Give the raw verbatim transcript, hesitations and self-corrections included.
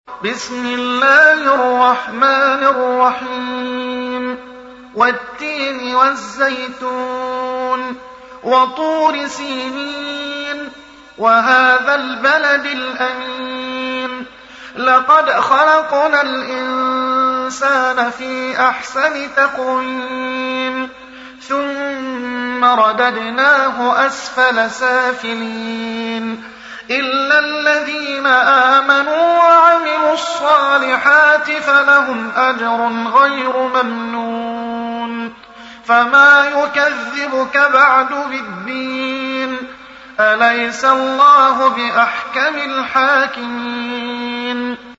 بسم الله الرحمن الرحيم والتين والزيتون وطور سينين وهذا البلد الأمين لقد خلقنا الإنسان في أحسن تقويم ثم رددناه أسفل سافلين إلا الذين آمنوا وعملوا الصالحات فلهم أجر غير ممنون فما يكذبك بعد بالدين أليس الله بأحكم الحاكمين